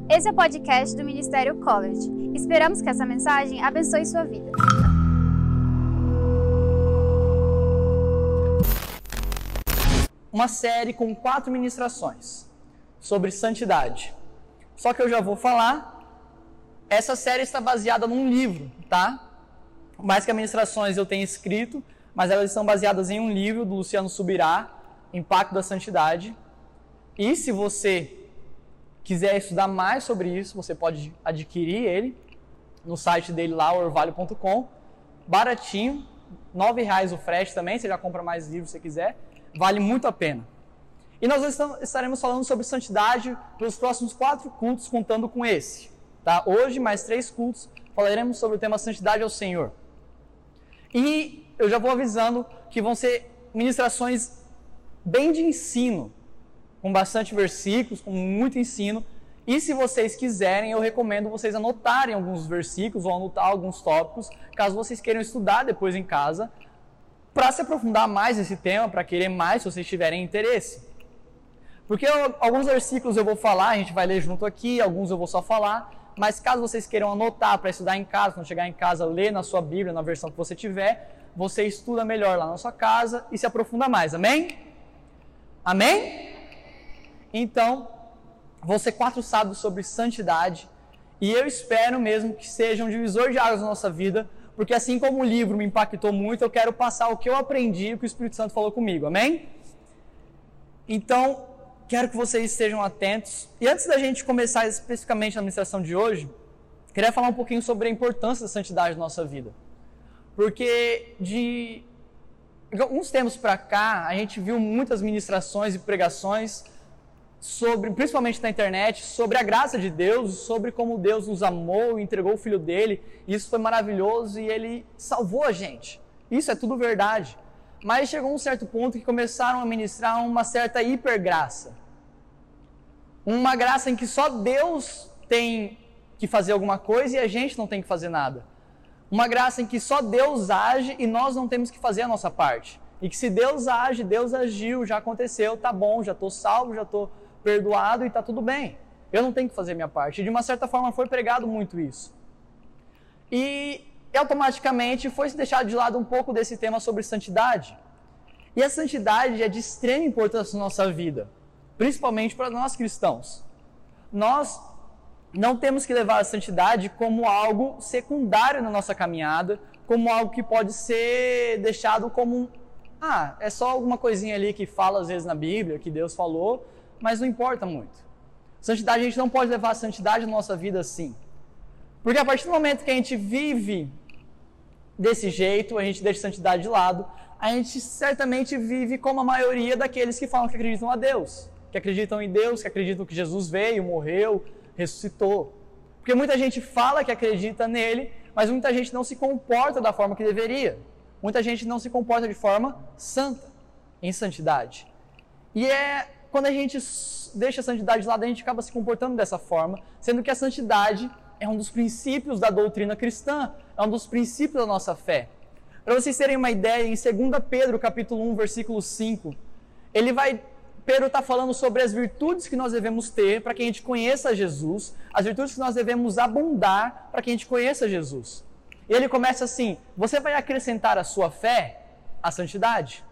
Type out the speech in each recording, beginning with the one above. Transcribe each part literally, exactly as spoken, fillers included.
Esse é o podcast do Ministério College. Esperamos que essa mensagem abençoe sua vida. Uma série com quatro ministrações sobre santidade. Só que eu já vou falar, essa série está baseada num livro, tá? Mais que as ministrações eu tenho escrito, mas elas estão baseadas em um livro do Luciano Subirá, Impacto da Santidade. E se você quiser estudar mais sobre isso, você pode adquirir ele no site dele lá, orvalho ponto com, baratinho, nove reais o frete também, você já compra mais livros se quiser, vale muito a pena. E nós estaremos falando sobre santidade pelos próximos quatro cultos, contando com esse. Tá? Hoje, mais três cultos, falaremos sobre o tema Santidade ao Senhor. E eu já vou avisando que vão ser ministrações bem de ensino, com bastante versículos, com muito ensino. E se vocês quiserem, eu recomendo vocês anotarem alguns versículos ou anotar alguns tópicos, caso vocês queiram estudar depois em casa, para se aprofundar mais nesse tema, para querer mais, se vocês tiverem interesse. Porque eu, alguns versículos eu vou falar, a gente vai ler junto aqui, alguns eu vou só falar, mas caso vocês queiram anotar para estudar em casa, quando chegar em casa, ler na sua Bíblia, na versão que você tiver, você estuda melhor lá na sua casa e se aprofunda mais, amém? Amém? Então, vão ser quatro sábados sobre santidade, e eu espero mesmo que seja um divisor de águas na nossa vida, porque assim como o livro me impactou muito, eu quero passar o que eu aprendi e o que o Espírito Santo falou comigo, amém? Então, quero que vocês estejam atentos. E antes da gente começar especificamente a ministração de hoje, queria falar um pouquinho sobre a importância da santidade na nossa vida. Porque de alguns tempos para cá, a gente viu muitas ministrações e pregações, sobre, principalmente na internet, sobre a graça de Deus, sobre como Deus nos amou e entregou o Filho dele. Isso foi maravilhoso e ele salvou a gente. Isso é tudo verdade. Mas chegou um certo ponto que começaram a ministrar uma certa hipergraça. Uma graça em que só Deus tem que fazer alguma coisa e a gente não tem que fazer nada. Uma graça em que só Deus age e nós não temos que fazer a nossa parte. E que se Deus age, Deus agiu, já aconteceu, tá bom, já estou salvo, já estou perdoado e está tudo bem. Eu não tenho que fazer a minha parte. E de uma certa forma foi pregado muito isso. E automaticamente foi se deixado de lado um pouco desse tema sobre santidade. E a santidade é de extrema importância na nossa vida, principalmente para nós cristãos. Nós não temos que levar a santidade como algo secundário na nossa caminhada, como algo que pode ser deixado como um, ah, é só alguma coisinha ali que fala às vezes na Bíblia, que Deus falou, mas não importa muito. Santidade, a gente não pode levar a santidade na nossa vida assim. Porque a partir do momento que a gente vive desse jeito, a gente deixa a santidade de lado, a gente certamente vive como a maioria daqueles que falam que acreditam a Deus, que acreditam em Deus, que acreditam que Jesus veio, morreu, ressuscitou. Porque muita gente fala que acredita nele, mas muita gente não se comporta da forma que deveria. Muita gente não se comporta de forma santa, em santidade. E é quando a gente deixa a santidade de lado, a gente acaba se comportando dessa forma, sendo que a santidade é um dos princípios da doutrina cristã, é um dos princípios da nossa fé. Para vocês terem uma ideia, em dois Pedro, capítulo um, versículo cinco, ele vai, Pedro está falando sobre as virtudes que nós devemos ter para que a gente conheça Jesus, as virtudes que nós devemos abundar para que a gente conheça Jesus. E ele começa assim: você vai acrescentar à sua fé a santidade?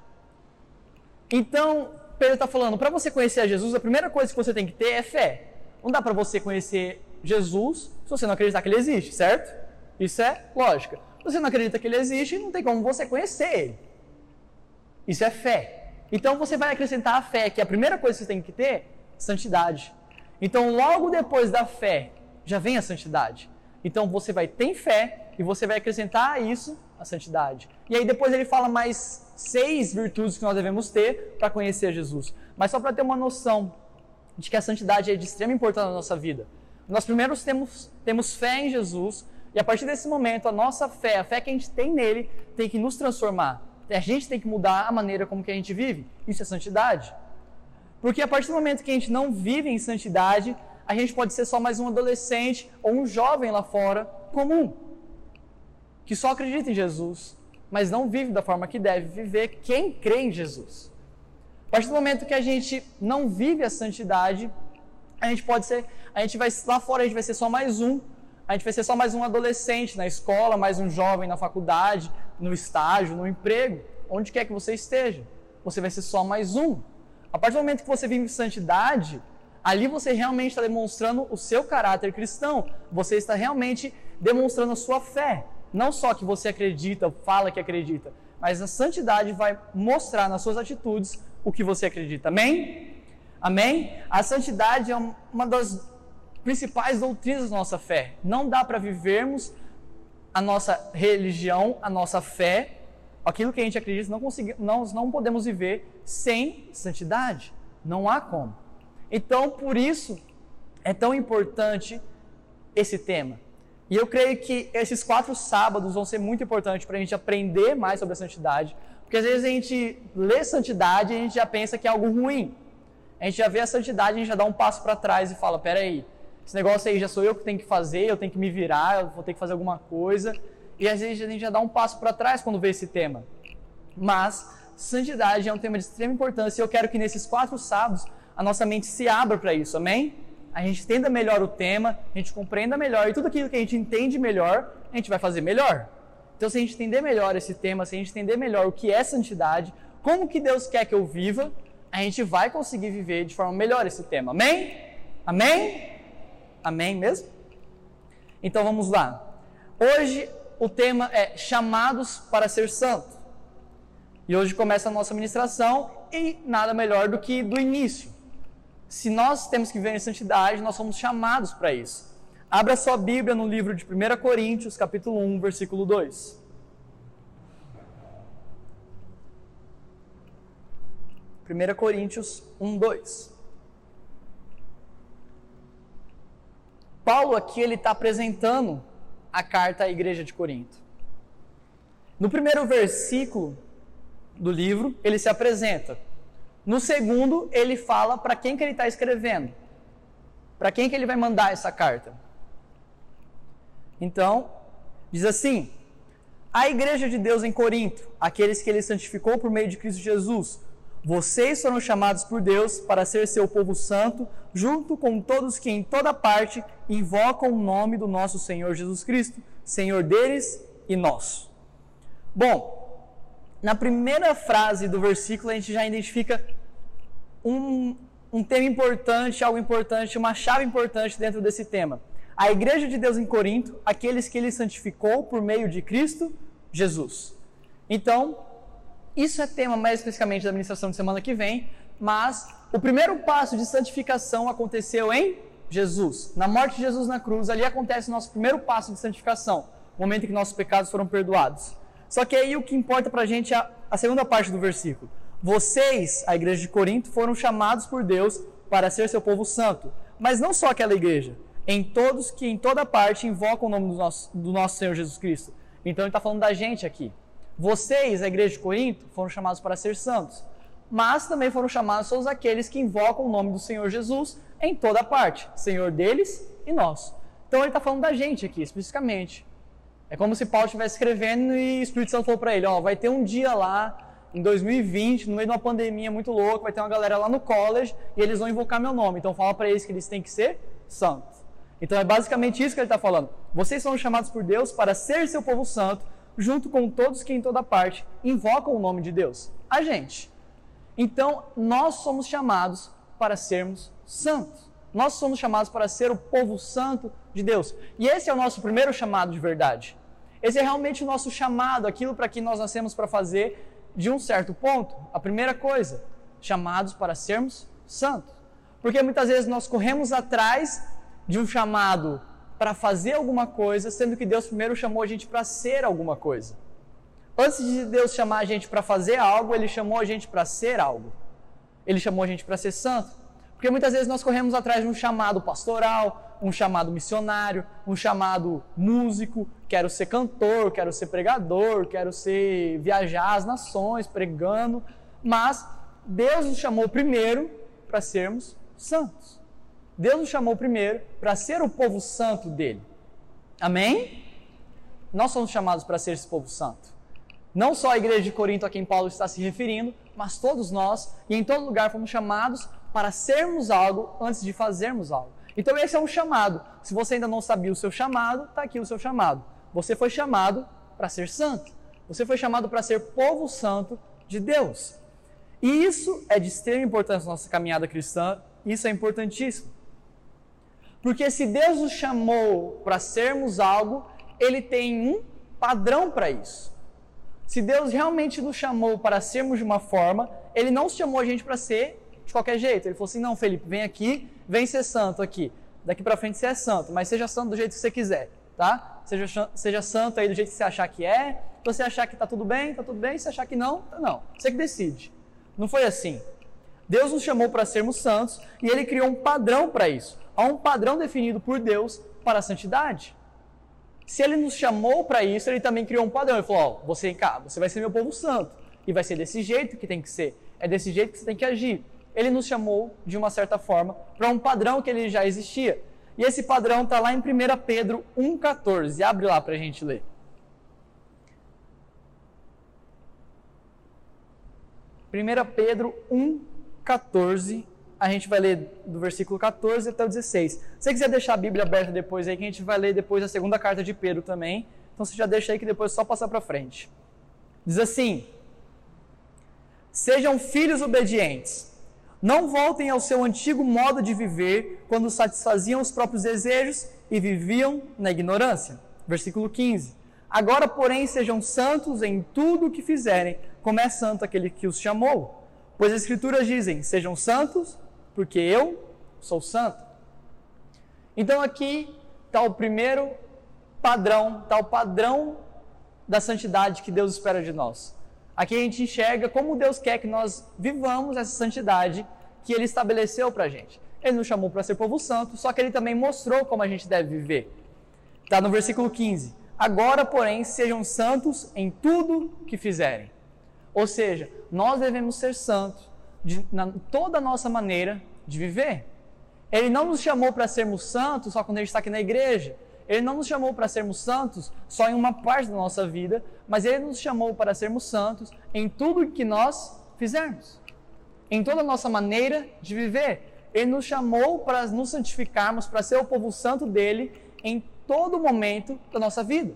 Então, Pedro está falando, para você conhecer a Jesus, a primeira coisa que você tem que ter é fé. Não dá para você conhecer Jesus se você não acreditar que ele existe, certo? Isso é lógica. Se você não acredita que ele existe, não tem como você conhecer ele. Isso é fé. Então você vai acrescentar a fé, que a primeira coisa que você tem que ter, santidade. Então logo depois da fé, já vem a santidade. Então você vai ter fé e você vai acrescentar a isso a santidade. E aí depois ele fala mais seis virtudes que nós devemos ter para conhecer Jesus. Mas só para ter uma noção de que a santidade é de extrema importância na nossa vida. Nós primeiro temos, temos fé em Jesus, e a partir desse momento a nossa fé, a fé que a gente tem nele, tem que nos transformar. A gente tem que mudar a maneira como que a gente vive. Isso é santidade. Porque a partir do momento que a gente não vive em santidade, a gente pode ser só mais um adolescente ou um jovem lá fora, comum, que só acredita em Jesus, mas não vive da forma que deve viver quem crê em Jesus. A partir do momento que a gente não vive a santidade, a gente pode ser, a gente vai, lá fora a gente vai ser só mais um, a gente vai ser só mais um adolescente na escola, mais um jovem na faculdade, no estágio, no emprego, onde quer que você esteja. Você vai ser só mais um. A partir do momento que você vive em santidade, ali você realmente está demonstrando o seu caráter cristão. Você está realmente demonstrando a sua fé. Não só que você acredita, fala que acredita, mas a santidade vai mostrar nas suas atitudes o que você acredita. Amém? Amém? A santidade é uma das principais doutrinas da nossa fé. Não dá para vivermos a nossa religião, a nossa fé, aquilo que a gente acredita, não, consegui, não, não podemos viver sem santidade. Não há como. Então, por isso, é tão importante esse tema. E eu creio que esses quatro sábados vão ser muito importantes para a gente aprender mais sobre a santidade, porque às vezes a gente lê santidade e a gente já pensa que é algo ruim. A gente já vê a santidade, a gente já dá um passo para trás e fala, peraí, esse negócio aí já sou eu que tenho que fazer, eu tenho que me virar, eu vou ter que fazer alguma coisa. E às vezes a gente já dá um passo para trás quando vê esse tema. Mas santidade é um tema de extrema importância e eu quero que nesses quatro sábados a nossa mente se abra para isso, amém? A gente entenda melhor o tema, a gente compreenda melhor e tudo aquilo que a gente entende melhor, a gente vai fazer melhor. Então, se a gente entender melhor esse tema, se a gente entender melhor o que é santidade, como que Deus quer que eu viva, a gente vai conseguir viver de forma melhor esse tema, amém? Amém? Amém mesmo? Então, vamos lá. Hoje, o tema é chamados para ser santo. E hoje começa a nossa ministração e nada melhor do que do início. Se nós temos que viver em santidade, nós somos chamados para isso. Abra sua Bíblia no livro de primeira Coríntios, capítulo um, versículo dois. primeira Coríntios um, dois. Paulo aqui ele está apresentando a carta à igreja de Corinto. No primeiro versículo do livro, ele se apresenta. No segundo, ele fala para quem que ele está escrevendo. Para quem que ele vai mandar essa carta. Então, diz assim: a igreja de Deus em Corinto, aqueles que ele santificou por meio de Cristo Jesus, vocês foram chamados por Deus para ser seu povo santo, junto com todos que em toda parte invocam o nome do nosso Senhor Jesus Cristo, Senhor deles e nosso. Bom, na primeira frase do versículo a gente já identifica um, um tema importante, algo importante, uma chave importante dentro desse tema. A igreja de Deus em Corinto, aqueles que ele santificou por meio de Cristo Jesus. Então, isso é tema mais especificamente da administração de semana que vem, mas o primeiro passo de santificação aconteceu em Jesus. Na morte de Jesus na cruz, ali acontece o nosso primeiro passo de santificação, o momento em que nossos pecados foram perdoados. Só que aí o que importa pra gente é a, a segunda parte do versículo. Vocês, a igreja de Corinto, foram chamados por Deus para ser seu povo santo. Mas não só aquela igreja. Em todos que em toda parte invocam o nome do nosso, do nosso Senhor Jesus Cristo. Então ele está falando da gente aqui. Vocês, a igreja de Corinto, foram chamados para ser santos. Mas também foram chamados todos aqueles que invocam o nome do Senhor Jesus em toda parte. Senhor deles e nosso. Então ele está falando da gente aqui, especificamente. É como se Paulo estivesse escrevendo e o Espírito Santo falou para ele, ó, vai ter um dia lá, em dois mil e vinte, no meio de uma pandemia muito louca, vai ter uma galera lá no college e eles vão invocar meu nome. Então fala para eles que eles têm que ser santos. Então é basicamente isso que ele está falando. Vocês são chamados por Deus para ser seu povo santo, junto com todos que em toda parte invocam o nome de Deus. A gente. Então nós somos chamados para sermos santos. Nós somos chamados para ser o povo santo de Deus. E esse é o nosso primeiro chamado de verdade. Esse é realmente o nosso chamado, aquilo para que nós nascemos para fazer de um certo ponto. A primeira coisa, chamados para sermos santos. Porque muitas vezes nós corremos atrás de um chamado para fazer alguma coisa, sendo que Deus primeiro chamou a gente para ser alguma coisa. Antes de Deus chamar a gente para fazer algo, Ele chamou a gente para ser algo. Ele chamou a gente para ser santo. Porque muitas vezes nós corremos atrás de um chamado pastoral, um chamado missionário, um chamado músico, quero ser cantor, quero ser pregador, quero ser viajar as nações pregando, mas Deus nos chamou primeiro para sermos santos. Deus nos chamou primeiro para ser o povo santo dele. Amém? Nós somos chamados para ser esse povo santo. Não só a igreja de Corinto a quem Paulo está se referindo, mas todos nós, e em todo lugar, fomos chamados para sermos algo antes de fazermos algo. Então esse é um chamado. Se você ainda não sabia o seu chamado, está aqui o seu chamado. Você foi chamado para ser santo. Você foi chamado para ser povo santo de Deus. E isso é de extrema importância na nossa caminhada cristã. Isso é importantíssimo. Porque se Deus nos chamou para sermos algo, Ele tem um padrão para isso. Se Deus realmente nos chamou para sermos de uma forma, Ele não chamou a gente para ser de qualquer jeito. Ele falou assim, não, Felipe, vem aqui, vem ser santo aqui. Daqui para frente você é santo, mas seja santo do jeito que você quiser, tá? Seja, seja santo aí do jeito que você achar que é. Se você achar que está tudo bem, está tudo bem. Se achar que não, não. Você que decide. Não foi assim. Deus nos chamou para sermos santos e Ele criou um padrão para isso. Há um padrão definido por Deus para a santidade. Se Ele nos chamou para isso, Ele também criou um padrão. Ele falou, ó, você, você vai ser meu povo santo. E vai ser desse jeito que tem que ser. É desse jeito que você tem que agir. Ele nos chamou, de uma certa forma, para um padrão que ele já existia. E esse padrão está lá em primeira Pedro um, quatorze. Abre lá para a gente ler. primeira Pedro um, quatorze. A gente vai ler do versículo quatorze até o dezesseis. Se você quiser deixar a Bíblia aberta depois aí, que a gente vai ler depois a segunda carta de Pedro também. Então você já deixa aí que depois é só passar para frente. Diz assim: sejam filhos obedientes. Não voltem ao seu antigo modo de viver, quando satisfaziam os próprios desejos e viviam na ignorância. Versículo quinze. Agora, porém, sejam santos em tudo o que fizerem, como é santo aquele que os chamou. Pois as Escrituras dizem, sejam santos, porque eu sou santo. Então aqui está o primeiro padrão, está o padrão da santidade que Deus espera de nós. Aqui a gente enxerga como Deus quer que nós vivamos essa santidade que Ele estabeleceu para a gente. Ele nos chamou para ser povo santo, só que Ele também mostrou como a gente deve viver. Está no versículo quinze. Agora, porém, sejam santos em tudo que fizerem. Ou seja, nós devemos ser santos de na, toda a nossa maneira de viver. Ele não nos chamou para sermos santos só quando a gente está aqui na igreja. Ele não nos chamou para sermos santos só em uma parte da nossa vida, mas Ele nos chamou para sermos santos em tudo que nós fizermos. Em toda a nossa maneira de viver. Ele nos chamou para nos santificarmos, para ser o povo santo dEle em todo momento da nossa vida.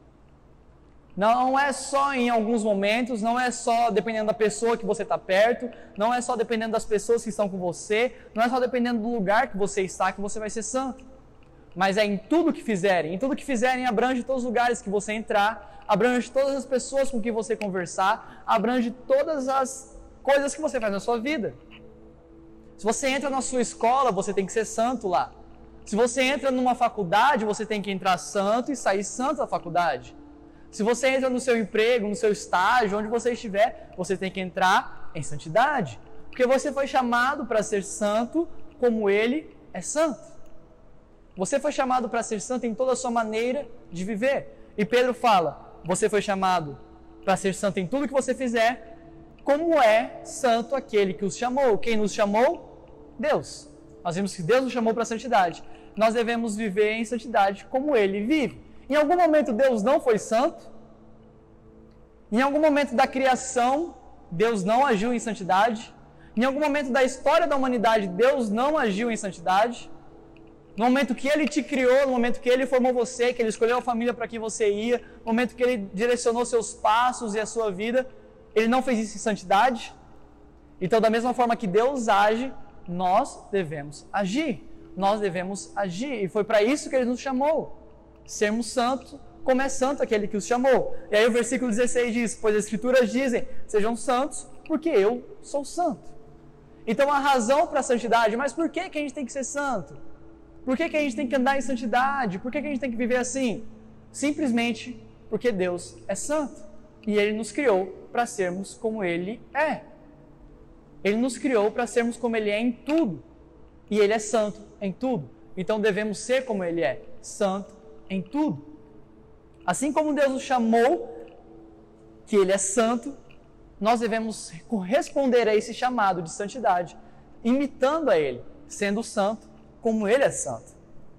Não é só em alguns momentos, não é só dependendo da pessoa que você está perto, não é só dependendo das pessoas que estão com você, não é só dependendo do lugar que você está que você vai ser santo. Mas é em tudo que fizerem. Em tudo que fizerem abrange todos os lugares que você entrar, abrange todas as pessoas com quem você conversar, abrange todas as coisas que você faz na sua vida. Se você entra na sua escola, você tem que ser santo lá. Se você entra numa faculdade, você tem que entrar santo e sair santo da faculdade. Se você entra no seu emprego, no seu estágio, onde você estiver, você tem que entrar em santidade. Porque você foi chamado para ser santo como Ele é santo. Você foi chamado para ser santo em toda a sua maneira de viver. E Pedro fala, você foi chamado para ser santo em tudo que você fizer, como é santo aquele que os chamou. Quem nos chamou? Deus. Nós vimos que Deus nos chamou para a santidade. Nós devemos viver em santidade como Ele vive. Em algum momento Deus não foi santo? Em algum momento da criação, Deus não agiu em santidade? Em algum momento da história da humanidade, Deus não agiu em santidade? No momento que Ele te criou, no momento que Ele formou você, que Ele escolheu a família para que você ia, no momento que Ele direcionou seus passos e a sua vida, Ele não fez isso em santidade? Então, da mesma forma que Deus age, nós devemos agir. Nós devemos agir. E foi para isso que Ele nos chamou. Sermos santos, como é santo aquele que os chamou. E aí o versículo dezesseis diz, pois as Escrituras dizem, sejam santos, porque eu sou santo. Então a razão para a santidade, mas por que, que a gente tem que ser santo? Por que, que a gente tem que andar em santidade? Por que, que a gente tem que viver assim? Simplesmente porque Deus é santo. E Ele nos criou para sermos como Ele é. Ele nos criou para sermos como Ele é em tudo. E Ele é santo em tudo. Então devemos ser como Ele é, santo em tudo. Assim como Deus nos chamou, que Ele é santo, nós devemos corresponder a esse chamado de santidade, imitando a Ele, sendo santo como Ele é santo.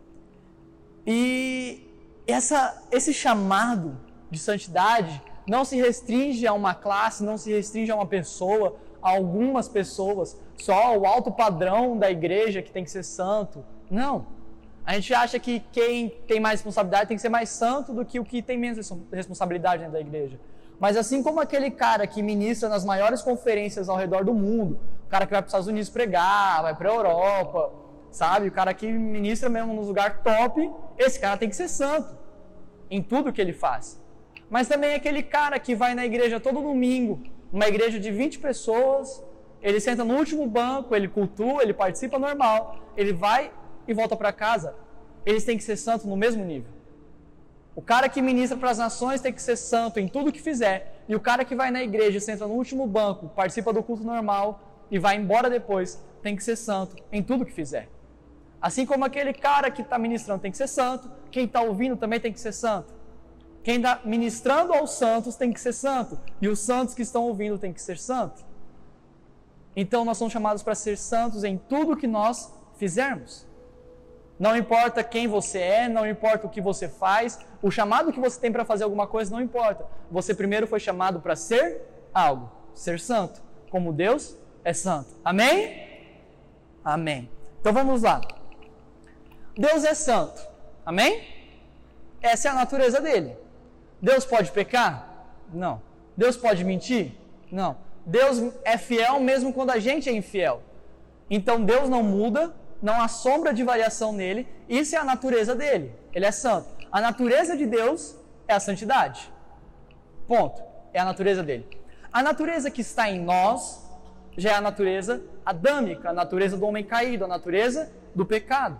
E essa, esse chamado de santidade não se restringe a uma classe, não se restringe a uma pessoa, a algumas pessoas, só o alto padrão da igreja que tem que ser santo. Não. A gente acha que quem tem mais responsabilidade tem que ser mais santo do que o que tem menos responsabilidade dentro da igreja. Mas assim como aquele cara que ministra nas maiores conferências ao redor do mundo, o cara que vai para os Estados Unidos pregar, vai para a Europa, sabe? O cara que ministra mesmo nos lugares top, esse cara tem que ser santo em tudo que ele faz. Mas também aquele cara que vai na igreja todo domingo, uma igreja de vinte pessoas, ele senta no último banco, ele cultua, ele participa normal, ele vai e volta para casa, eles têm que ser santos no mesmo nível. O cara que ministra para as nações tem que ser santo em tudo que fizer, e o cara que vai na igreja, senta no último banco, participa do culto normal e vai embora depois, tem que ser santo em tudo que fizer. Assim como aquele cara que está ministrando tem que ser santo, quem está ouvindo também tem que ser santo. Quem está ministrando aos santos tem que ser santo, e os santos que estão ouvindo tem que ser santo. Então nós somos chamados para ser santos em tudo que nós fizermos. Não importa quem você é, não importa o que você faz, o chamado que você tem para fazer alguma coisa não importa. Você primeiro foi chamado para ser algo, ser santo, como Deus é santo. Amém? Amém. Então vamos lá. Deus é santo. Amém? Essa é a natureza dele. Deus pode pecar? Não. Deus pode mentir? Não. Deus é fiel mesmo quando a gente é infiel. Então Deus não muda, não há sombra de variação nele, isso é a natureza dele, ele é santo. A natureza de Deus é a santidade. Ponto. É a natureza dele. A natureza que está em nós já é a natureza adâmica, a natureza do homem caído, a natureza do pecado.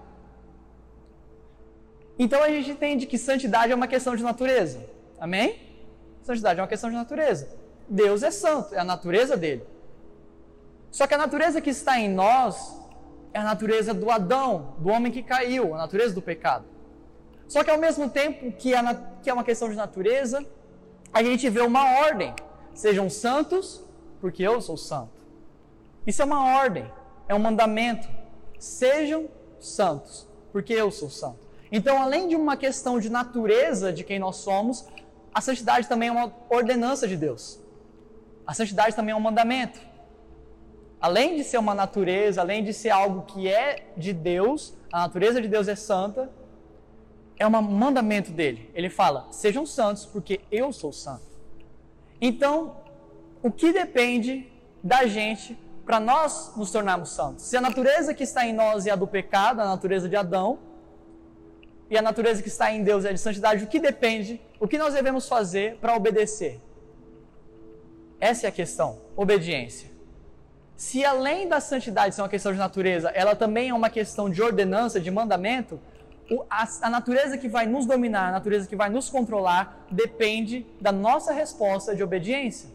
Então a gente entende que santidade é uma questão de natureza. Amém? Santidade é uma questão de natureza. Deus é santo, é a natureza dele. Só que a natureza que está em nós é a natureza do Adão, do homem que caiu, a natureza do pecado. Só que ao mesmo tempo que é, que é uma questão de natureza, a gente vê uma ordem. Sejam santos, porque eu sou santo. Isso é uma ordem, é um mandamento. Sejam santos, porque eu sou santo. Então, além de uma questão de natureza de quem nós somos, a santidade também é uma ordenança de Deus. A santidade também é um mandamento. Além de ser uma natureza, além de ser algo que é de Deus, a natureza de Deus é santa, é um mandamento dele. Ele fala, sejam santos, porque eu sou santo. Então, o que depende da gente para nós nos tornarmos santos? Se a natureza que está em nós é a do pecado, a natureza de Adão, e a natureza que está em Deus é de santidade, o que depende, o que nós devemos fazer para obedecer? Essa é a questão, obediência. Se além da santidade ser uma questão de natureza, ela também é uma questão de ordenança, de mandamento, a, a natureza que vai nos dominar, a natureza que vai nos controlar, depende da nossa resposta de obediência.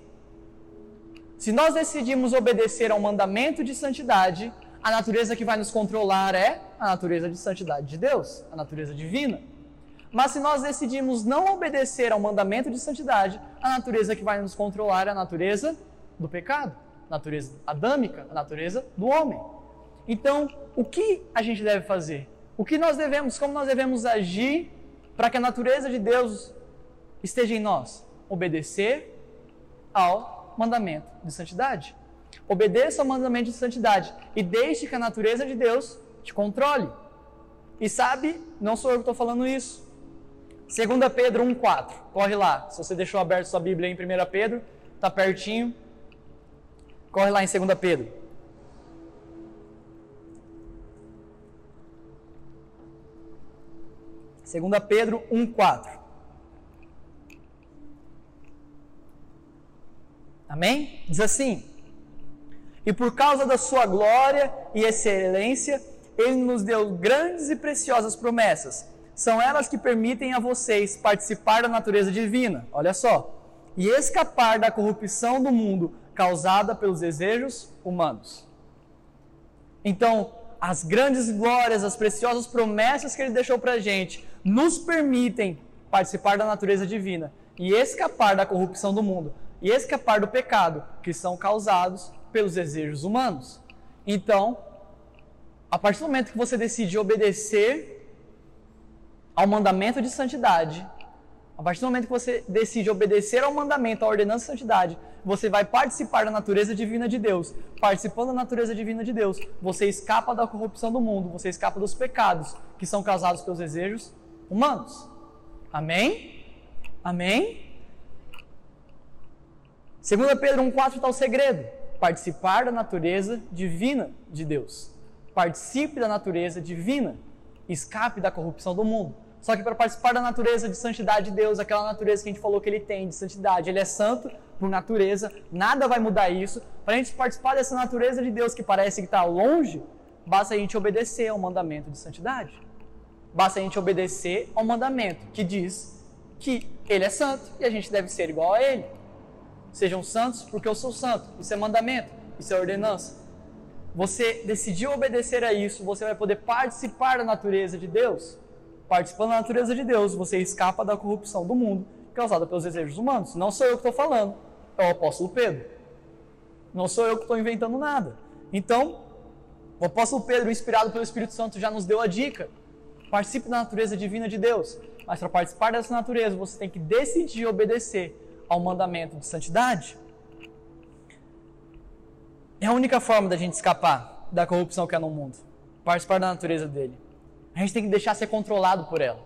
Se nós decidimos obedecer ao mandamento de santidade, a natureza que vai nos controlar é a natureza de santidade de Deus, a natureza divina. Mas se nós decidimos não obedecer ao mandamento de santidade, a natureza que vai nos controlar é a natureza do pecado, a natureza adâmica, a natureza do homem. Então, o que a gente deve fazer? O que nós devemos, como nós devemos agir para que a natureza de Deus esteja em nós? Obedecer ao mandamento de santidade. Obedeça ao mandamento de santidade e deixe que a natureza de Deus te controle. E sabe, não sou eu que estou falando isso. Segunda Pedro um, quatro. Corre lá. Se você deixou aberto sua Bíblia em Primeira Pedro, está pertinho. Corre lá em Segunda Pedro. Segunda Pedro um, quatro. Amém? Diz assim: e por causa da sua glória e excelência, Ele nos deu grandes e preciosas promessas. São elas que permitem a vocês participar da natureza divina, olha só, e escapar da corrupção do mundo causada pelos desejos humanos. Então, as grandes glórias, as preciosas promessas que Ele deixou para a gente, nos permitem participar da natureza divina e escapar da corrupção do mundo, e escapar do pecado, que são causados pelos desejos humanos. Então, a partir do momento que você decide obedecer ao mandamento de santidade, A partir do momento que você decide obedecer ao mandamento, à ordenança de santidade, você vai participar da natureza divina de Deus. Participando da natureza divina de Deus, você escapa da corrupção do mundo, você escapa dos pecados que são causados pelos desejos humanos. Amém? Amém? Segunda Pedro um quatro está o segredo. Participar da natureza divina de Deus. Participe da natureza divina. Escape da corrupção do mundo. Só que para participar da natureza de santidade de Deus, aquela natureza que a gente falou que ele tem de santidade, ele é santo por natureza, nada vai mudar isso. Para a gente participar dessa natureza de Deus que parece que está longe, basta a gente obedecer ao mandamento de santidade. Basta a gente obedecer ao mandamento que diz que ele é santo e a gente deve ser igual a ele. Sejam santos porque eu sou santo. Isso é mandamento, isso é ordenança. Você decidiu obedecer a isso, você vai poder participar da natureza de Deus. Participando da natureza de Deus, você escapa da corrupção do mundo causada pelos desejos humanos. Não sou eu que estou falando, é o apóstolo Pedro. Não sou eu que estou inventando nada. Então, o apóstolo Pedro, inspirado pelo Espírito Santo, já nos deu a dica. Participe da natureza divina de Deus. Mas para participar dessa natureza, você tem que decidir obedecer ao mandamento de santidade. É a única forma da gente escapar da corrupção que há no mundo. Participar da natureza dele. A gente tem que deixar ser controlado por ela.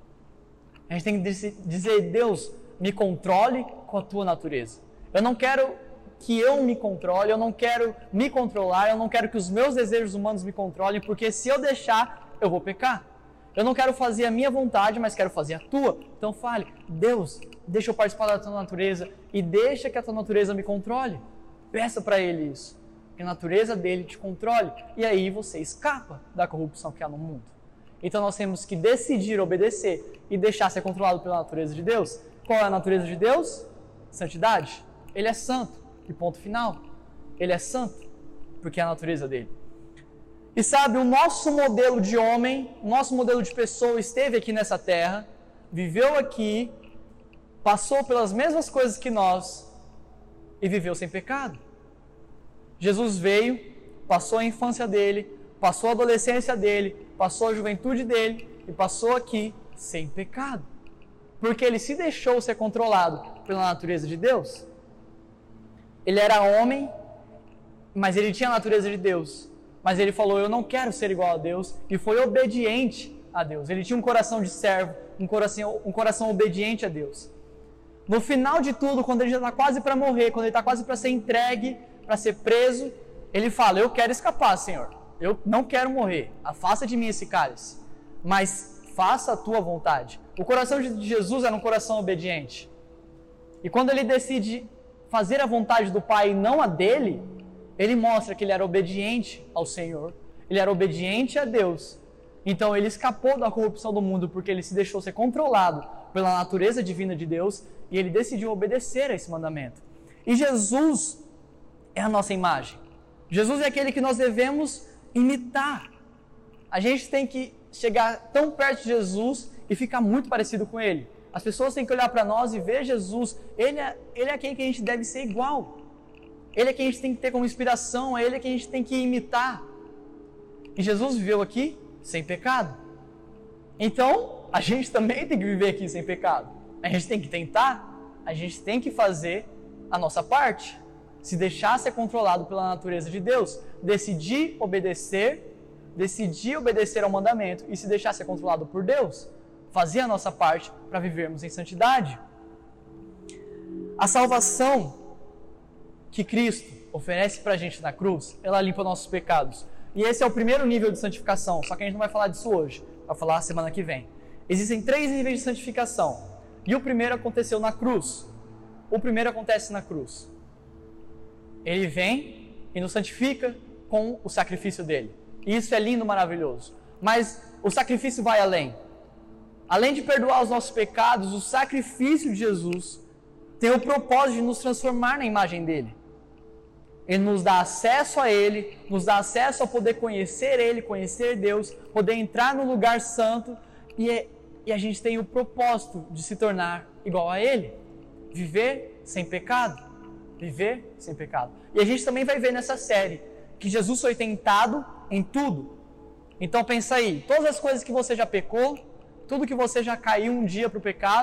A gente tem que dizer, Deus, me controle com a tua natureza. Eu não quero que eu me controle, eu não quero me controlar, eu não quero que os meus desejos humanos me controlem, porque se eu deixar, eu vou pecar. Eu não quero fazer a minha vontade, mas quero fazer a tua. Então fale, Deus, deixa eu participar da tua natureza e deixa que a tua natureza me controle. Peça para ele isso. Que a natureza dele te controle. E aí você escapa da corrupção que há no mundo. Então nós temos que decidir obedecer e deixar ser controlado pela natureza de Deus. Qual é a natureza de Deus? Santidade. Ele é santo. E ponto final. Ele é santo porque é a natureza dele. E sabe, o nosso modelo de homem, o nosso modelo de pessoa esteve aqui nessa terra, viveu aqui, passou pelas mesmas coisas que nós e viveu sem pecado. Jesus veio, passou a infância dele, passou a adolescência dele, passou a juventude dele e passou aqui sem pecado. Porque ele se deixou ser controlado pela natureza de Deus. Ele era homem, mas ele tinha a natureza de Deus. Mas ele falou, eu não quero ser igual a Deus, e foi obediente a Deus. Ele tinha um coração de servo, um coração, um coração obediente a Deus. No final de tudo, quando ele já está quase para morrer, quando ele está quase para ser entregue, para ser preso, ele fala, eu quero escapar, Senhor. Eu não quero morrer, afasta de mim esse cálice, mas faça a tua vontade. O coração de Jesus era um coração obediente. E quando ele decide fazer a vontade do Pai e não a dele, ele mostra que ele era obediente ao Senhor, ele era obediente a Deus. Então ele escapou da corrupção do mundo porque ele se deixou ser controlado pela natureza divina de Deus e ele decidiu obedecer a esse mandamento. E Jesus é a nossa imagem. Jesus é aquele que nós devemos imitar. A gente tem que chegar tão perto de Jesus e ficar muito parecido com ele. As pessoas têm que olhar para nós e ver Jesus. Ele é, ele é quem que a gente deve ser igual. Ele é quem a gente tem que ter como inspiração. Ele é quem a gente tem que imitar. E Jesus viveu aqui sem pecado. Então, a gente também tem que viver aqui sem pecado. A gente tem que tentar. A gente tem que fazer a nossa parte. Se deixar ser controlado pela natureza de Deus, decidir obedecer, decidir obedecer ao mandamento e se deixar ser controlado por Deus, fazer a nossa parte para vivermos em santidade. A salvação que Cristo oferece para a gente na cruz, ela limpa nossos pecados. E esse é o primeiro nível de santificação, só que a gente não vai falar disso hoje, vai falar semana que vem. Existem três níveis de santificação, e o primeiro aconteceu na cruz. O primeiro acontece na cruz. Ele vem e nos santifica com o sacrifício dele. E isso é lindo, maravilhoso. Mas o sacrifício vai além. Além de perdoar os nossos pecados, o sacrifício de Jesus tem o propósito de nos transformar na imagem dele. Ele nos dá acesso a ele, nos dá acesso a poder conhecer ele, conhecer Deus, poder entrar no lugar santo e, é, e a gente tem o propósito de se tornar igual a ele. Viver sem pecado. Viver sem pecado. E a gente também vai ver nessa série que Jesus foi tentado em tudo. Então pensa aí, todas as coisas que você já pecou, tudo que você já caiu um dia para o pecado,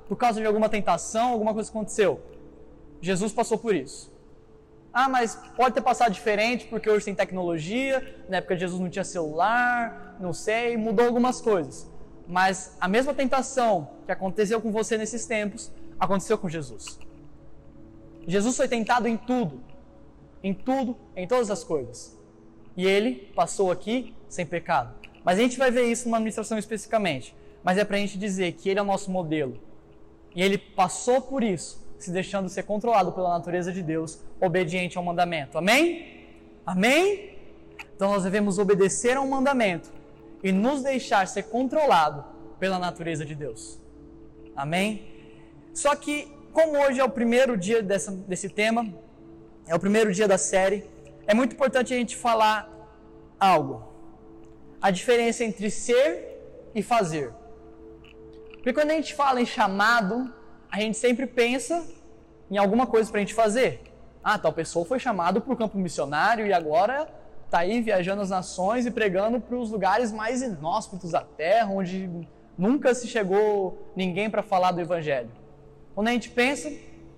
por causa de alguma tentação, alguma coisa que aconteceu. Jesus passou por isso. Ah, mas pode ter passado diferente porque hoje tem tecnologia, na época de Jesus não tinha celular, não sei, mudou algumas coisas. Mas a mesma tentação que aconteceu com você nesses tempos, aconteceu com Jesus. Jesus foi tentado em tudo, em tudo, em todas as coisas. E ele passou aqui sem pecado. Mas a gente vai ver isso numa ministração especificamente. Mas é para a gente dizer que ele é o nosso modelo. E ele passou por isso, se deixando ser controlado pela natureza de Deus, obediente ao mandamento. Amém? Amém? Então nós devemos obedecer ao mandamento e nos deixar ser controlado pela natureza de Deus. Amém? Só que, como hoje é o primeiro dia dessa, desse tema, é o primeiro dia da série, é muito importante a gente falar algo. A diferença entre ser e fazer. Porque quando a gente fala em chamado, a gente sempre pensa em alguma coisa para a gente fazer. Ah, tal pessoa foi chamado para o campo missionário e agora está aí viajando as nações e pregando para os lugares mais inóspitos da terra, onde nunca se chegou ninguém para falar do evangelho. Quando a gente pensa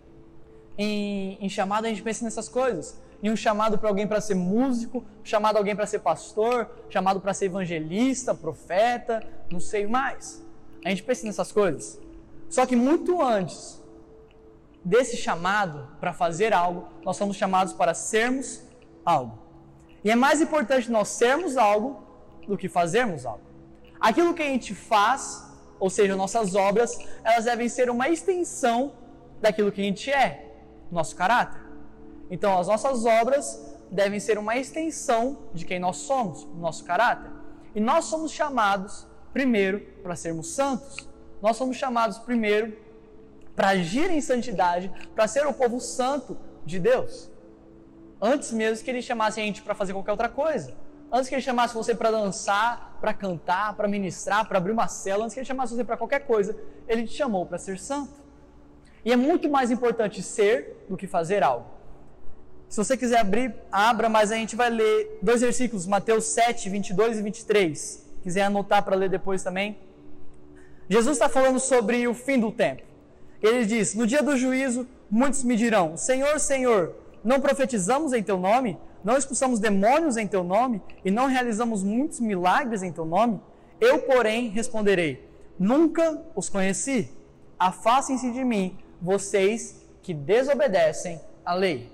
em, em chamado, a gente pensa nessas coisas. Em um chamado para alguém para ser músico, chamado alguém para ser pastor, chamado para ser evangelista, profeta, não sei mais. A gente pensa nessas coisas. Só que muito antes desse chamado para fazer algo, nós somos chamados para sermos algo. E é mais importante nós sermos algo do que fazermos algo. Aquilo que a gente faz, ou seja, nossas obras, elas devem ser uma extensão daquilo que a gente é, nosso caráter. Então, as nossas obras devem ser uma extensão de quem nós somos, nosso caráter. E nós somos chamados, primeiro, para sermos santos. Nós somos chamados, primeiro, para agir em santidade, para ser o povo santo de Deus. Antes mesmo que Ele chamasse a gente para fazer qualquer outra coisa. Antes que Ele chamasse você para dançar, para cantar, para ministrar, para abrir uma cela, antes que Ele chamasse você para qualquer coisa, Ele te chamou para ser santo. E é muito mais importante ser do que fazer algo. Se você quiser abrir, abra, mas a gente vai ler dois versículos, Mateus sete, vinte e dois e vinte e três. Se quiser anotar para ler depois também. Jesus está falando sobre o fim do tempo. Ele diz, no dia do juízo, muitos me dirão, Senhor, Senhor, não profetizamos em Teu nome? Não expulsamos demônios em Teu nome? E não realizamos muitos milagres em Teu nome? Eu, porém, responderei, nunca os conheci. Afastem-se de mim, vocês que desobedecem à lei.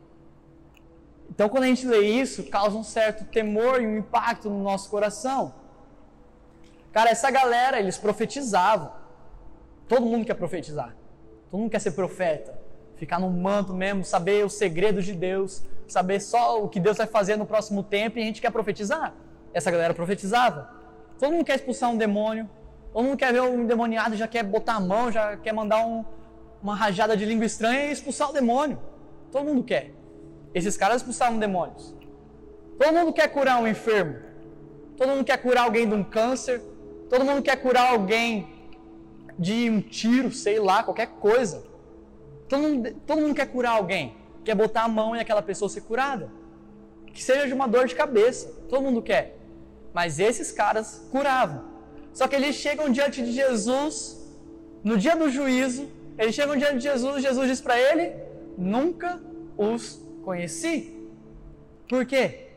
Então, quando a gente lê isso, causa um certo temor e um impacto no nosso coração. Cara, essa galera, eles profetizavam. Todo mundo quer profetizar. Todo mundo quer ser profeta. Ficar no manto mesmo, saber os segredos de Deus, saber só o que Deus vai fazer no próximo tempo, e a gente quer profetizar. Essa galera profetizava. Todo mundo quer expulsar um demônio. Todo mundo quer ver um endemoniado e já quer botar a mão, já quer mandar um, uma rajada de língua estranha e expulsar o demônio. Todo mundo quer. Esses caras expulsavam demônios. Todo mundo quer curar um enfermo. Todo mundo quer curar alguém de um câncer. Todo mundo quer curar alguém de um tiro, sei lá, qualquer coisa. Todo mundo, todo mundo quer curar alguém. Quer botar a mão e aquela pessoa ser curada. Que seja de uma dor de cabeça. Todo mundo quer. Mas esses caras curavam. Só que eles chegam diante de Jesus, no dia do juízo, eles chegam diante de Jesus, Jesus diz para ele, nunca os conheci. Por quê?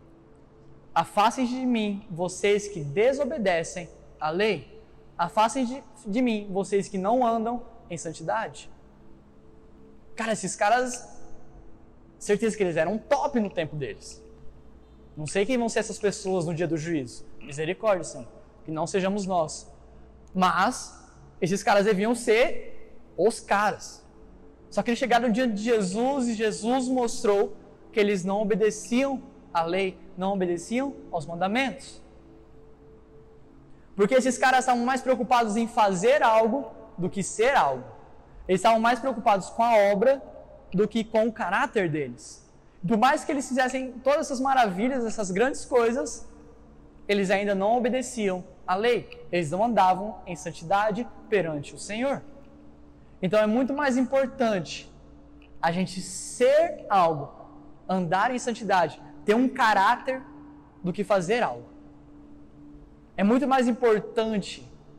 Afastem de mim, vocês que desobedecem à lei. Afastem de, de mim, vocês que não andam em santidade. Cara, esses caras, certeza que eles eram top no tempo deles. Não sei quem vão ser essas pessoas no dia do juízo. Misericórdia, Senhor. Que não sejamos nós. Mas, esses caras deviam ser os caras. Só que eles chegaram diante de Jesus e Jesus mostrou que eles não obedeciam à lei, não obedeciam aos mandamentos. Porque esses caras estavam mais preocupados em fazer algo do que ser algo. Eles estavam mais preocupados com a obra do que com o caráter deles. Por mais que eles fizessem todas essas maravilhas, essas grandes coisas, eles ainda não obedeciam à lei. Eles não andavam em santidade perante o Senhor. Então é muito mais importante a gente ser algo, andar em santidade, ter um caráter do que fazer algo. É muito mais importante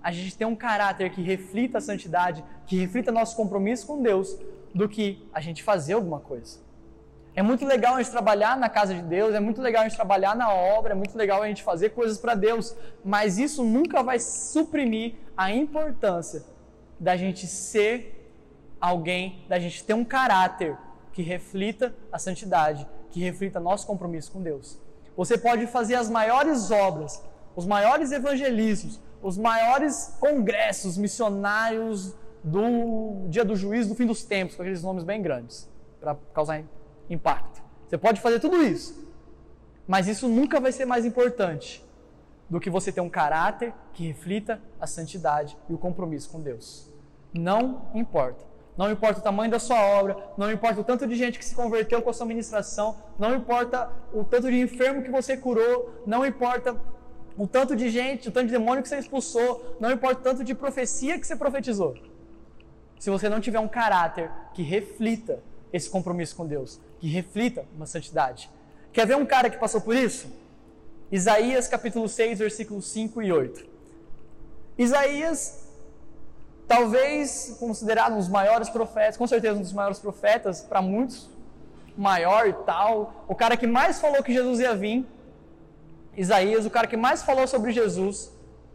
a gente ter um caráter que reflita a santidade, que reflita nosso compromisso com Deus, do que a gente fazer alguma coisa. É muito legal a gente trabalhar na casa de Deus, é muito legal a gente trabalhar na obra, é muito legal a gente fazer coisas para Deus, mas isso nunca vai suprimir a importância da gente ser alguém, da gente ter um caráter que reflita a santidade, que reflita nosso compromisso com Deus. Você pode fazer as maiores obras, os maiores evangelismos, os maiores congressos missionários do dia do juízo, do fim dos tempos, com aqueles nomes bem grandes, para causar impacto. Você pode fazer tudo isso, mas isso nunca vai ser mais importante do que você ter um caráter que reflita a santidade e o compromisso com Deus. Não importa. Não importa o tamanho da sua obra, não importa o tanto de gente que se converteu com a sua ministração, não importa o tanto de enfermo que você curou, não importa o tanto de gente, o tanto de demônio que você expulsou, não importa o tanto de profecia que você profetizou. Se você não tiver um caráter que reflita esse compromisso com Deus, que reflita uma santidade. Quer ver um cara que passou por isso? Isaías capítulo seis, versículos cinco e oito. Isaías, talvez considerado um dos maiores profetas, com certeza um dos maiores profetas, para muitos, maior e tal, o cara que mais falou que Jesus ia vir, Isaías, o cara que mais falou sobre Jesus,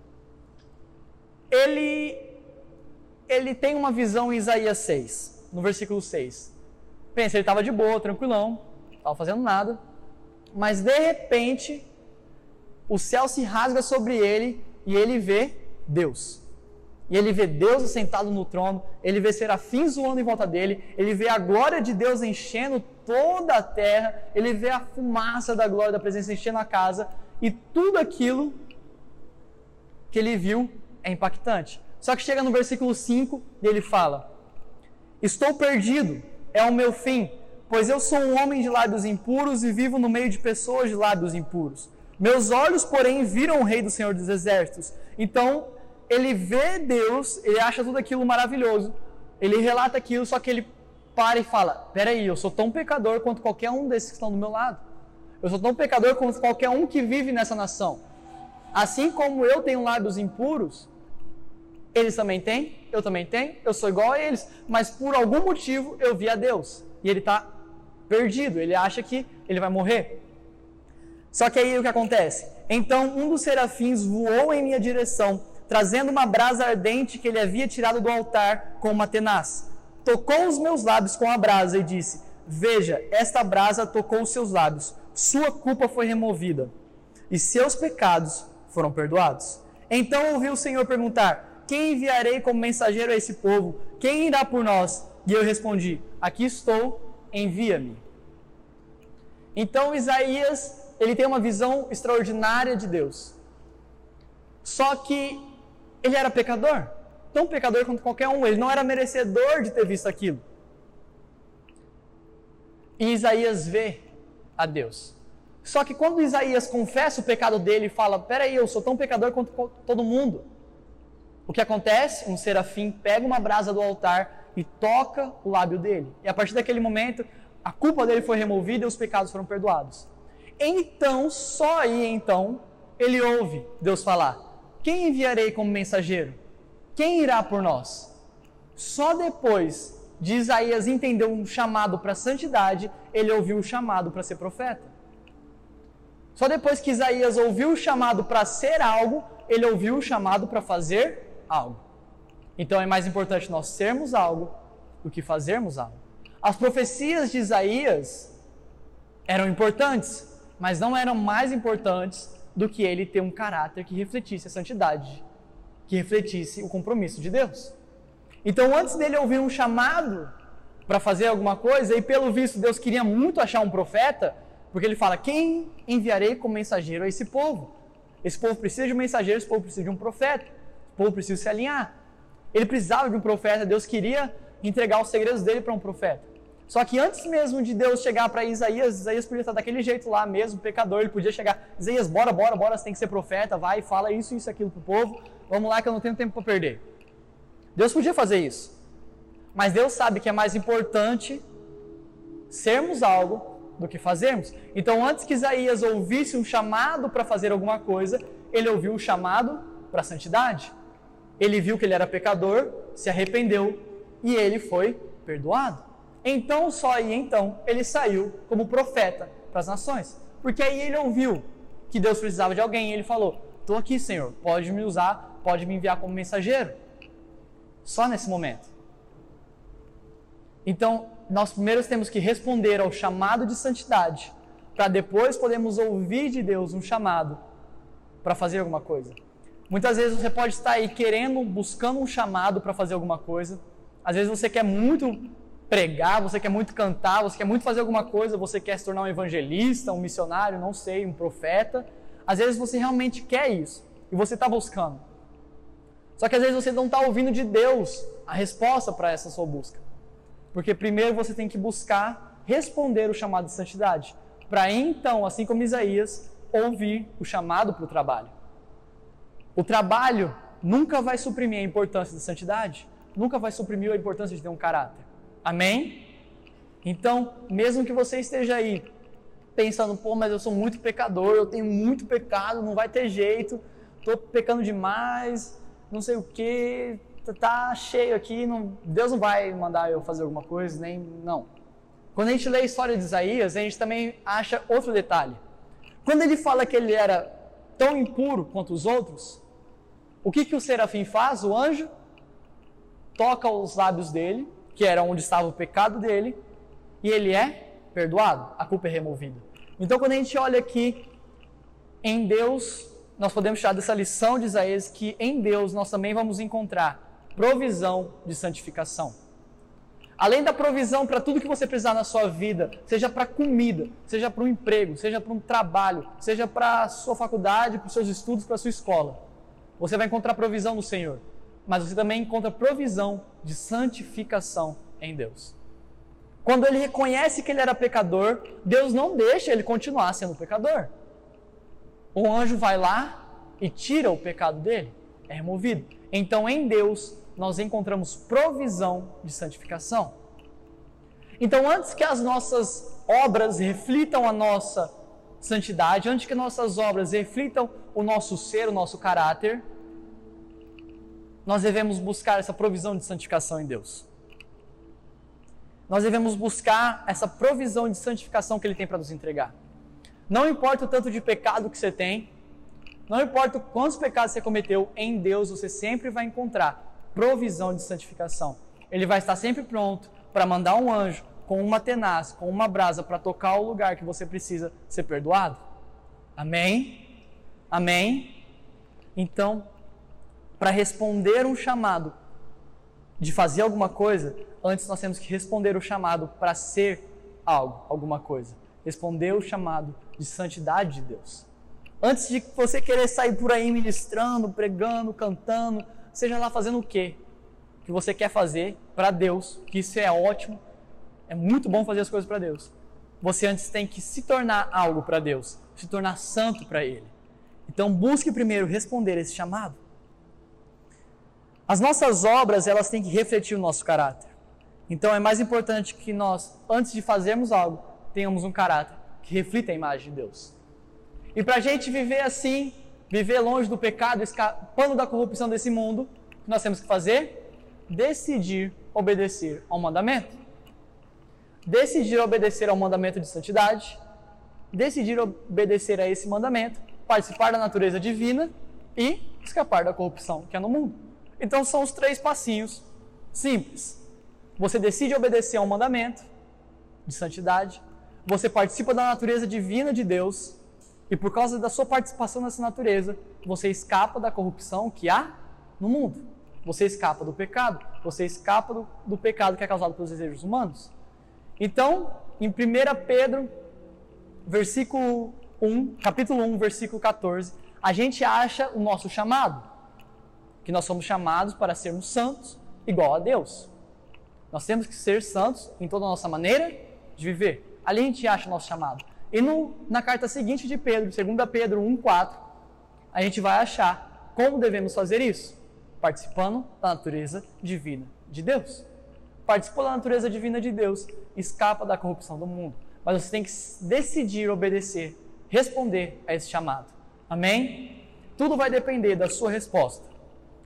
ele, ele tem uma visão em Isaías seis, no versículo seis. Pensa, ele estava de boa, tranquilão, não estava fazendo nada, mas de repente o céu se rasga sobre ele e ele vê Deus. E ele vê Deus sentado no trono, ele vê serafins voando em volta dele, ele vê a glória de Deus enchendo toda a terra, ele vê a fumaça da glória da presença enchendo a casa, e tudo aquilo que ele viu é impactante. Só que chega no versículo cinco e ele fala: estou perdido, é o meu fim, pois eu sou um homem de lábios impuros e vivo no meio de pessoas de lábios impuros. Meus olhos, porém, viram o Rei do Senhor dos Exércitos. Então, ele vê Deus, ele acha tudo aquilo maravilhoso, ele relata aquilo, só que ele para e fala: peraí, eu sou tão pecador quanto qualquer um desses que estão do meu lado. Eu sou tão pecador quanto qualquer um que vive nessa nação. Assim como eu tenho lábios impuros, eles também têm, eu também tenho, eu sou igual a eles, mas por algum motivo eu vi a Deus. E ele está perdido, ele acha que ele vai morrer. Só que aí o que acontece? Então um dos serafins voou em minha direção, trazendo uma brasa ardente que ele havia tirado do altar com uma tenaz. Tocou os meus lábios com a brasa e disse: veja, esta brasa tocou os seus lábios, sua culpa foi removida e seus pecados foram perdoados. Então ouvi o Senhor perguntar: quem enviarei como mensageiro a esse povo? Quem irá por nós? E eu respondi: aqui estou, envia-me. Então Isaías, ele tem uma visão extraordinária de Deus. Só que ele era pecador, tão pecador quanto qualquer um, ele não era merecedor de ter visto aquilo. E Isaías vê a Deus. Só que quando Isaías confessa o pecado dele e fala: peraí, eu sou tão pecador quanto todo mundo, o que acontece? Um serafim pega uma brasa do altar e toca o lábio dele. E a partir daquele momento, a culpa dele foi removida e os pecados foram perdoados. Então, só aí então, ele ouve Deus falar: quem enviarei como mensageiro? Quem irá por nós? Só depois de Isaías entender um chamado para a santidade, ele ouviu o chamado para ser profeta. Só depois que Isaías ouviu o chamado para ser algo, ele ouviu o chamado para fazer algo. Então é mais importante nós sermos algo do que fazermos algo. As profecias de Isaías eram importantes, mas não eram mais importantes do que ele ter um caráter que refletisse a santidade, que refletisse o compromisso de Deus. Então, antes dele ouvir um chamado para fazer alguma coisa, e pelo visto Deus queria muito achar um profeta, porque ele fala: quem enviarei como mensageiro a esse povo? Esse povo precisa de um mensageiro, esse povo precisa de um profeta, esse povo precisa se alinhar. Ele precisava de um profeta, Deus queria entregar os segredos dele para um profeta. Só que antes mesmo de Deus chegar para Isaías, Isaías podia estar daquele jeito lá mesmo, pecador, ele podia chegar: Isaías, bora, bora, bora, você tem que ser profeta, vai, fala isso, isso, aquilo para o povo, vamos lá que eu não tenho tempo para perder. Deus podia fazer isso, mas Deus sabe que é mais importante sermos algo do que fazermos. Então, antes que Isaías ouvisse um chamado para fazer alguma coisa, ele ouviu o chamado para a santidade. Ele viu que ele era pecador, se arrependeu e ele foi perdoado. Então, só aí então, ele saiu como profeta para as nações. Porque aí ele ouviu que Deus precisava de alguém e ele falou: estou aqui, Senhor, pode me usar, pode me enviar como mensageiro. Só nesse momento. Então, nós primeiro temos que responder ao chamado de santidade, para depois podermos ouvir de Deus um chamado para fazer alguma coisa. Muitas vezes você pode estar aí querendo, buscando um chamado para fazer alguma coisa. Às vezes você quer muito pregar, você quer muito cantar, você quer muito fazer alguma coisa, você quer se tornar um evangelista, um missionário, não sei, um profeta. Às vezes você realmente quer isso e você está buscando. Só que às vezes você não está ouvindo de Deus a resposta para essa sua busca. Porque primeiro você tem que buscar responder o chamado de santidade, para então, assim como Isaías, ouvir o chamado para o trabalho. O trabalho nunca vai suprimir a importância da santidade, nunca vai suprimir a importância de ter um caráter. Amém? Então, mesmo que você esteja aí pensando, pô, mas eu sou muito pecador, eu tenho muito pecado, não vai ter jeito, estou pecando demais, não sei o que, tá cheio aqui, não, Deus não vai mandar eu fazer alguma coisa, nem não. Quando a gente lê a história de Isaías, a gente também acha outro detalhe. Quando ele fala que ele era tão impuro quanto os outros, o que, que o serafim faz? O anjo toca os lábios dele, que era onde estava o pecado dele, e ele é perdoado, a culpa é removida. Então, quando a gente olha aqui em Deus, nós podemos tirar dessa lição de Isaías que em Deus nós também vamos encontrar provisão de santificação. Além da provisão para tudo que você precisar na sua vida, seja para comida, seja para um emprego, seja para um trabalho, seja para a sua faculdade, para os seus estudos, para a sua escola, você vai encontrar provisão no Senhor. Mas você também encontra provisão de santificação em Deus. Quando ele reconhece que ele era pecador, Deus não deixa ele continuar sendo pecador. O anjo vai lá e tira o pecado dele, é removido. Então, em Deus, nós encontramos provisão de santificação. Então, antes que as nossas obras reflitam a nossa santidade, antes que nossas obras reflitam o nosso ser, o nosso caráter, nós devemos buscar essa provisão de santificação em Deus. Nós devemos buscar essa provisão de santificação que Ele tem para nos entregar. Não importa o tanto de pecado que você tem, não importa quantos pecados você cometeu, em Deus você sempre vai encontrar provisão de santificação. Ele vai estar sempre pronto para mandar um anjo com uma tenaz, com uma brasa para tocar o lugar que você precisa ser perdoado. Amém? Amém? Então, para responder um chamado de fazer alguma coisa, antes nós temos que responder o chamado para ser algo, alguma coisa. Responder o chamado de santidade de Deus. Antes de você querer sair por aí ministrando, pregando, cantando, seja lá fazendo o quê que você quer fazer para Deus, que isso é ótimo, é muito bom fazer as coisas para Deus. Você antes tem que se tornar algo para Deus, se tornar santo para Ele. Então busque primeiro responder esse chamado. As nossas obras, elas têm que refletir o nosso caráter. Então é mais importante que nós, antes de fazermos algo, tenhamos um caráter que reflita a imagem de Deus. E para a gente viver assim, viver longe do pecado, escapando da corrupção desse mundo, o que nós temos que fazer? Decidir obedecer ao mandamento. Decidir obedecer ao mandamento de santidade, decidir obedecer a esse mandamento, participar da natureza divina e escapar da corrupção que há no mundo. Então são os três passinhos simples. Você decide obedecer ao mandamento de santidade, você participa da natureza divina de Deus e por causa da sua participação nessa natureza, você escapa da corrupção que há no mundo. Você escapa do pecado, você escapa do, do pecado que é causado pelos desejos humanos. Então, em primeira Pedro, versículo um, capítulo um, versículo catorze, a gente acha o nosso chamado, que nós somos chamados para sermos santos igual a Deus. Nós temos que ser santos em toda a nossa maneira de viver. Ali a gente acha o nosso chamado. E no, na carta seguinte de Pedro, segunda Pedro um, quatro, a gente vai achar como devemos fazer isso. Participando da natureza divina de Deus. Participou da natureza divina de Deus, escapa da corrupção do mundo. Mas você tem que decidir obedecer, responder a esse chamado. Amém? Tudo vai depender da sua resposta.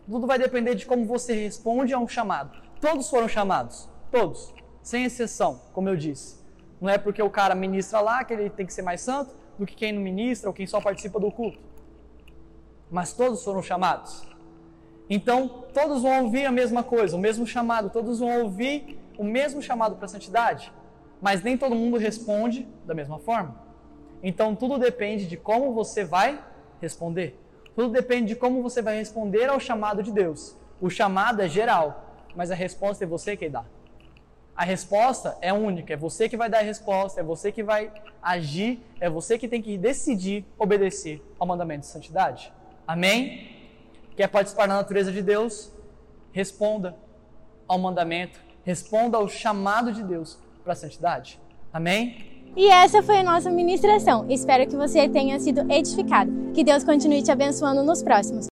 Tudo vai depender de como você responde a um chamado. Todos foram chamados, todos, sem exceção, como eu disse. Não é porque o cara ministra lá que ele tem que ser mais santo do que quem não ministra ou quem só participa do culto. Mas todos foram chamados. Então, todos vão ouvir a mesma coisa, o mesmo chamado, todos vão ouvir o mesmo chamado para a santidade, mas nem todo mundo responde da mesma forma. Então, tudo depende de como você vai responder. Tudo depende de como você vai responder ao chamado de Deus. O chamado é geral, mas a resposta é você que dá. A resposta é única, é você que vai dar a resposta, é você que vai agir, é você que tem que decidir obedecer ao mandamento de santidade. Amém? Quer participar da natureza de Deus? Responda ao mandamento, responda ao chamado de Deus para a santidade. Amém? E essa foi a nossa ministração. Espero que você tenha sido edificado. Que Deus continue te abençoando nos próximos.